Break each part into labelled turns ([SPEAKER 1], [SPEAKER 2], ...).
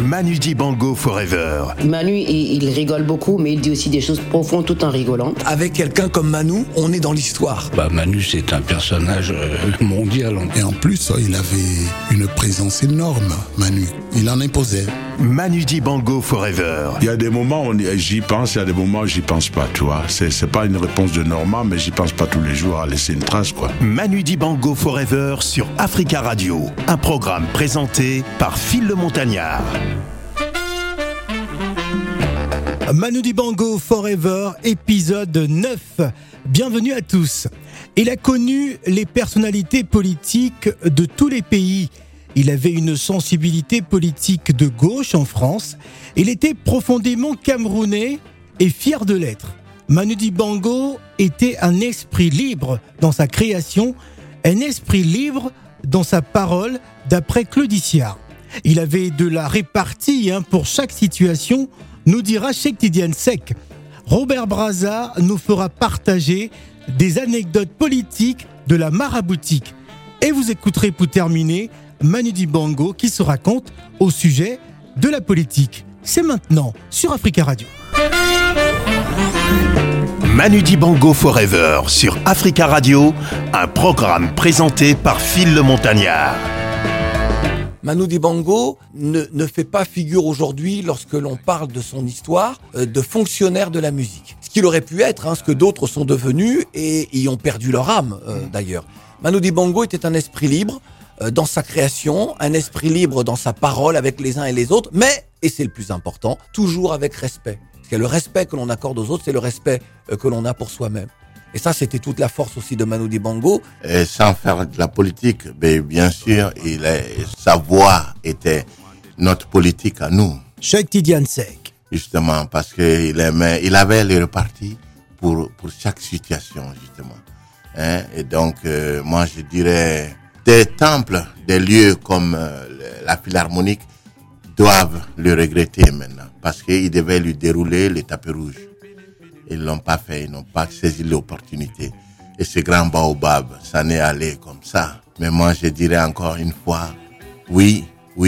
[SPEAKER 1] Manu Dibango Forever.
[SPEAKER 2] Manu, il rigole beaucoup, mais il dit aussi des choses profondes tout en rigolant.
[SPEAKER 3] Avec quelqu'un comme Manu, on est dans l'histoire.
[SPEAKER 4] Manu, c'est un personnage mondial.
[SPEAKER 5] Et en plus, il avait une présence énorme, Manu. Il en imposait.
[SPEAKER 1] Manu Dibango Forever.
[SPEAKER 6] Il y a des moments où j'y pense, il y a des moments où j'y pense pas, tu vois. C'est pas une réponse de Normand, mais j'y pense pas tous les jours à laisser une trace, quoi.
[SPEAKER 1] Manu Dibango Forever sur Africa Radio. Un programme présenté par Phil le Montagnard.
[SPEAKER 7] Manu Dibango Forever, épisode 9. Bienvenue à tous. Il a connu les personnalités politiques de tous les pays. Il avait une sensibilité politique de gauche en France. Il était profondément camerounais et fier de l'être. Manu Dibango était un esprit libre dans sa création, un esprit libre dans sa parole, d'après Claude Iciard. Il avait de la répartie pour chaque situation, nous dira Cheikh Tidiane Seck. Robert Brazza nous fera partager des anecdotes politiques de la maraboutique. Et vous écouterez pour terminer Manu Dibango qui se raconte au sujet de la politique. C'est maintenant sur Africa Radio.
[SPEAKER 1] Manu Dibango Forever sur Africa Radio, un programme présenté par Phil le Montagnard.
[SPEAKER 3] Manu Dibango ne fait pas figure aujourd'hui, lorsque l'on parle de son histoire, de fonctionnaire de la musique. Ce qu'il aurait pu être, ce que d'autres sont devenus et y ont perdu leur âme d'ailleurs. Manu Dibango était un esprit libre dans sa création, un esprit libre dans sa parole avec les uns et les autres, mais, et c'est le plus important, toujours avec respect. Parce que le respect que l'on accorde aux autres, c'est le respect que l'on a pour soi-même. Et ça, c'était toute la force aussi de Manu Dibango.
[SPEAKER 8] Et sans faire de la politique, mais bien sûr, sa voix était notre politique à nous.
[SPEAKER 7] Cheikh Tidiane Seck.
[SPEAKER 8] Justement, parce qu'il avait les reparties pour chaque situation, justement. Et donc, moi, je dirais, des temples, des lieux comme la Philharmonique doivent le regretter maintenant, parce qu'ils devaient lui dérouler les tapis rouges. Ils l'ont pas fait, ils n'ont pas saisi l'opportunité. Et ce grand baobab, ça n'est allé comme ça. Mais moi, je dirais encore une fois, oui,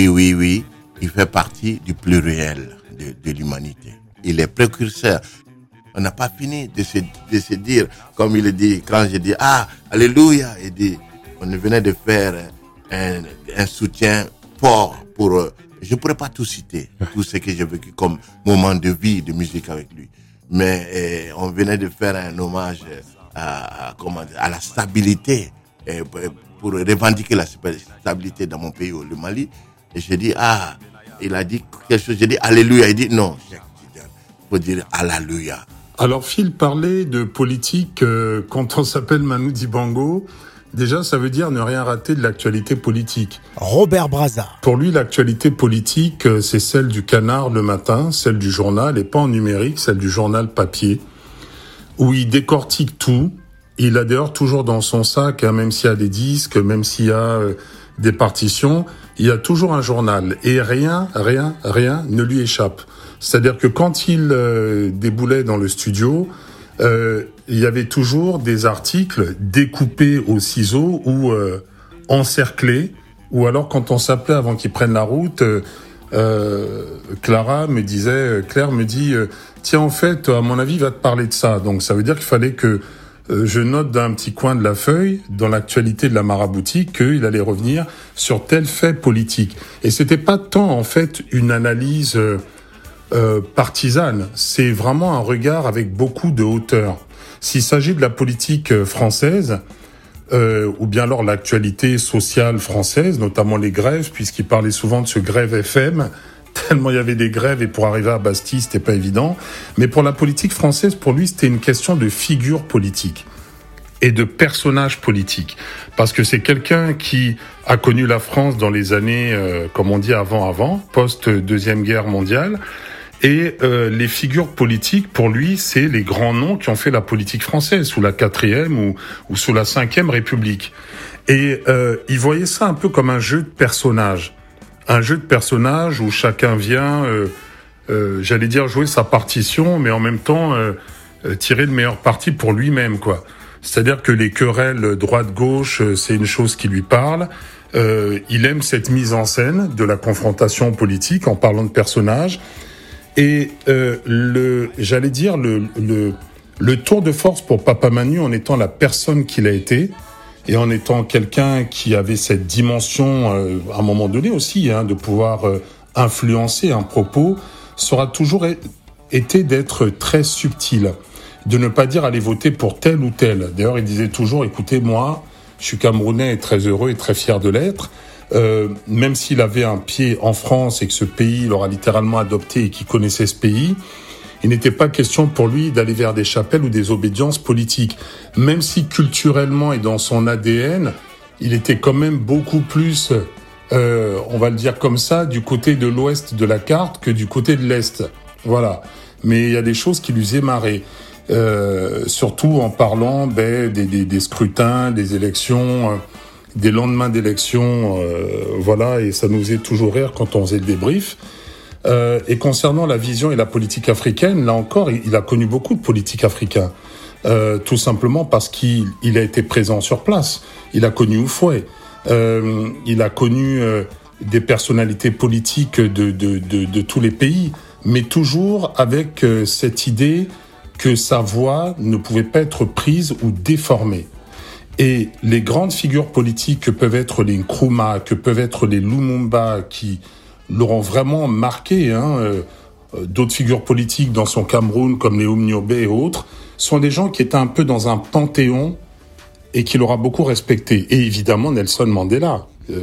[SPEAKER 8] il fait partie du pluriel de l'humanité. Il est précurseur. On n'a pas fini de se dire, comme il dit, quand je dis, alléluia, il dit, on venait de faire un soutien fort pour, je pourrais pas tout citer, tout ce que j'ai vécu comme moment de vie, de musique avec lui. Mais on venait de faire un hommage à la stabilité, pour revendiquer la stabilité dans mon pays, le Mali. Et j'ai dit, il a dit quelque chose, j'ai dit alléluia, il dit non, il faut dire alléluia.
[SPEAKER 9] Alors Phil parlait de politique quand on s'appelle Manu Dibango. Déjà, ça veut dire ne rien rater de l'actualité politique.
[SPEAKER 7] Robert Brazza.
[SPEAKER 9] Pour lui, l'actualité politique, c'est celle du Canard le matin, celle du journal, et pas en numérique, celle du journal papier, où il décortique tout. Il a d'ailleurs toujours dans son sac, même s'il y a des disques, même s'il y a des partitions, il y a toujours un journal. Et rien ne lui échappe. C'est-à-dire que quand il déboulait dans le studio, il y avait toujours des articles découpés au ciseau ou encerclés, ou alors quand on s'appelait avant qu'ils prennent la route, Claire me dit tiens, en fait, à mon avis, il va te parler de ça. Donc ça veut dire qu'il fallait que je note d'un petit coin de la feuille, dans l'actualité de la maraboutique, qu'il allait revenir sur tel fait politique. Et c'était pas tant en fait une analyse partisane, c'est vraiment un regard avec beaucoup de hauteur. S'il s'agit de la politique française, ou bien alors l'actualité sociale française, notamment les grèves, puisqu'il parlait souvent de ce grève FM, tellement il y avait des grèves et pour arriver à Bastille, c'était pas évident. Mais pour la politique française, pour lui, c'était une question de figure politique et de personnage politique. Parce que c'est quelqu'un qui a connu la France dans les années, comme on dit avant, post-Deuxième Guerre mondiale. Et les figures politiques, pour lui, c'est les grands noms qui ont fait la politique française, sous la 4e ou sous la 5e République. Et il voyait ça un peu comme un jeu de personnages. Un jeu de personnages où chacun vient, j'allais dire jouer sa partition, mais en même temps tirer le meilleur parti pour lui-même, quoi. C'est-à-dire que les querelles droite-gauche, c'est une chose qui lui parle. Il aime cette mise en scène de la confrontation politique en parlant de personnages. Et le tour de force pour Papa Manu, en étant la personne qu'il a été, et en étant quelqu'un qui avait cette dimension, à un moment donné aussi, de pouvoir influencer un propos, sera toujours été d'être très subtil, de ne pas dire allez voter pour tel ou tel. D'ailleurs, il disait toujours, écoutez, moi, je suis Camerounais et très heureux et très fier de l'être. Même s'il avait un pied en France et que ce pays l'aura littéralement adopté et qu'il connaissait ce pays, il n'était pas question pour lui d'aller vers des chapelles ou des obédiences politiques. Même si culturellement et dans son ADN, il était quand même beaucoup plus, on va le dire comme ça, du côté de l'ouest de la carte que du côté de l'est. Voilà. Mais il y a des choses qui lui émaraient. Surtout en parlant des scrutins, des élections, des lendemains d'élections, voilà, et ça nous faisait toujours rire quand on faisait le débrief. Et concernant la vision et la politique africaine, là encore, il a connu beaucoup de politiques africains, tout simplement parce qu'il a été présent sur place. Il a connu Houphouët, il a connu des personnalités politiques de tous les pays, mais toujours avec cette idée que sa voix ne pouvait pas être prise ou déformée. Et les grandes figures politiques que peuvent être les Nkrumah, que peuvent être les Lumumba, qui l'auront vraiment marqué, d'autres figures politiques dans son Cameroun, comme les Umniobé et autres, sont des gens qui étaient un peu dans un panthéon et qu'il aura beaucoup respecté. Et évidemment Nelson Mandela.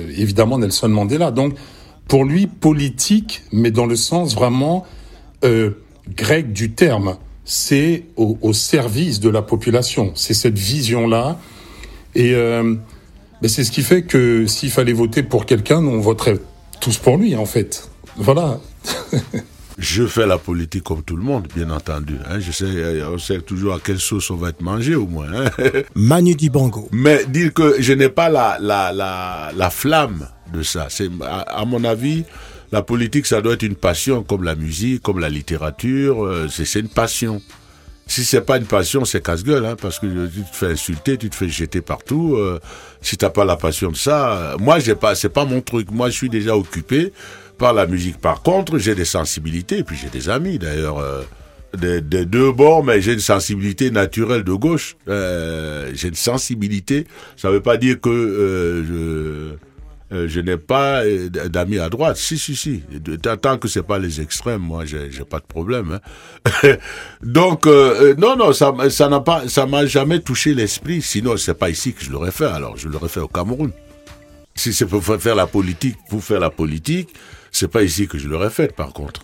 [SPEAKER 9] Donc, pour lui, politique, mais dans le sens vraiment grec du terme. C'est au service de la population. C'est cette vision-là. Et c'est ce qui fait que s'il fallait voter pour quelqu'un, nous, on voterait tous pour lui, en fait. Voilà.
[SPEAKER 6] Je fais la politique comme tout le monde, bien entendu. On sait toujours à quelle sauce on va être mangé, au moins.
[SPEAKER 7] Manu Dibango.
[SPEAKER 6] Mais dire que je n'ai pas la flamme de ça. C'est, à mon avis, la politique, ça doit être une passion, comme la musique, comme la littérature. C'est une passion. Si c'est pas une passion, c'est casse-gueule, parce que tu te fais insulter, tu te fais jeter partout. Si t'as pas la passion de ça, moi c'est pas mon truc. Moi, je suis déjà occupé par la musique. Par contre, j'ai des sensibilités, et puis j'ai des amis d'ailleurs, des deux bords, mais j'ai une sensibilité naturelle de gauche. J'ai une sensibilité. Ça veut pas dire que je n'ai pas d'amis à droite. Si. Tant que c'est pas les extrêmes, moi, j'ai pas de problème. Donc, non, ça m'a jamais touché l'esprit. Sinon, c'est pas ici que je l'aurais fait. Alors, je l'aurais fait au Cameroun. Si c'est pour faire la politique, c'est pas ici que je l'aurais fait, par contre.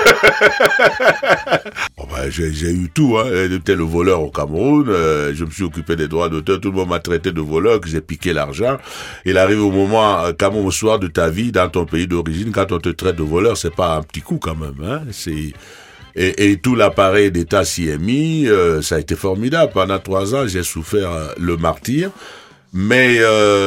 [SPEAKER 6] J'ai eu tout, J'étais le voleur au Cameroun, je me suis occupé des droits d'auteur, tout le monde m'a traité de voleur, que j'ai piqué l'argent. Il arrive au moment, quand même, au soir de ta vie, dans ton pays d'origine, quand on te traite de voleur, c'est pas un petit coup, quand même, Et tout l'appareil d'État s'y est mis, ça a été formidable. Pendant 3 ans, j'ai souffert le martyre. Mais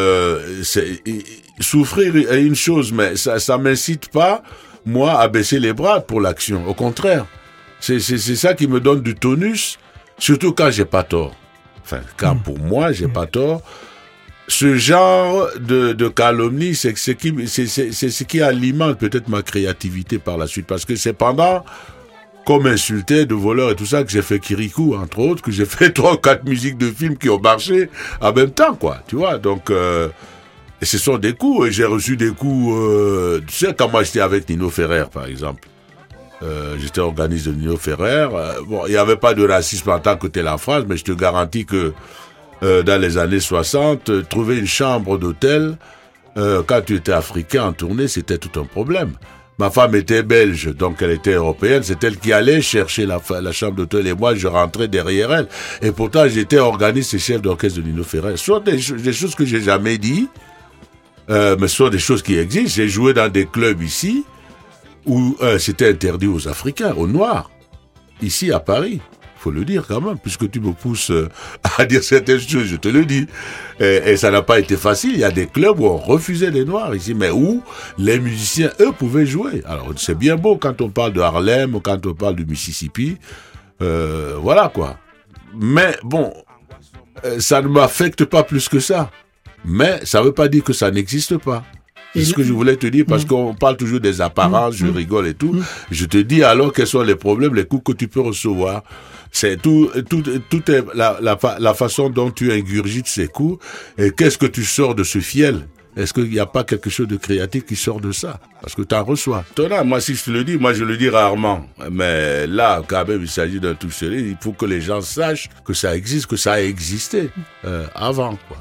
[SPEAKER 6] souffrir est une chose, mais ça m'incite pas, moi, à baisser les bras pour l'action. Au contraire, c'est ça qui me donne du tonus, surtout quand j'ai pas tort. Enfin, quand pour moi, j'ai pas tort. Ce genre de calomnie, c'est ce qui alimente peut-être ma créativité par la suite, parce que c'est pendant qu'on m'insultait de voleurs et tout ça, que j'ai fait Kirikou, entre autres, que j'ai fait 3 ou 4 musiques de films qui ont marché en même temps, quoi, tu vois. Donc, et ce sont des coups, et j'ai reçu des coups, tu sais, quand moi j'étais avec Nino Ferrer, par exemple, j'étais organiste de Nino Ferrer, bon, il n'y avait pas de racisme en tant que telle en France, mais je te garantis que dans les années 60, trouver une chambre d'hôtel, quand tu étais africain en tournée, c'était tout un problème. Ma femme était belge, donc elle était européenne. C'est elle qui allait chercher la chambre d'hôtel et moi, je rentrais derrière elle. Et pourtant, j'étais organiste et chef d'orchestre de Nino Ferrer. Ce sont des choses que j'ai jamais dit, mais ce sont des choses qui existent. J'ai joué dans des clubs ici où c'était interdit aux Africains, aux Noirs, ici à Paris. Faut le dire quand même, puisque tu me pousses à dire certaines choses, je te le dis. Et ça n'a pas été facile. Il y a des clubs où on refusait les Noirs ici, mais où les musiciens, eux, pouvaient jouer. Alors, c'est bien beau quand on parle de Harlem, ou quand on parle du Mississippi. Voilà, quoi. Mais bon, ça ne m'affecte pas plus que ça. Mais ça veut pas dire que ça n'existe pas. C'est ce que je voulais te dire, parce qu'on parle toujours des apparences, je rigole et tout. Je te dis alors quels sont les problèmes, les coups que tu peux recevoir. C'est tout est la façon dont tu ingurgites ces coups, et qu'est-ce que tu sors de ce fiel? Est-ce qu'il n'y a pas quelque chose de créatif qui sort de ça? Parce que tu en reçois. Toi, moi, si je te le dis, moi, je le dis rarement. Mais là, quand même, il s'agit d'un tout sérieux. Il faut que les gens sachent que ça existe, que ça a existé avant, quoi.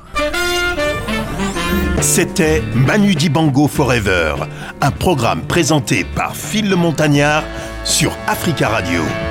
[SPEAKER 1] C'était Manu Dibango Forever, un programme présenté par Phil le Montagnard sur Africa Radio.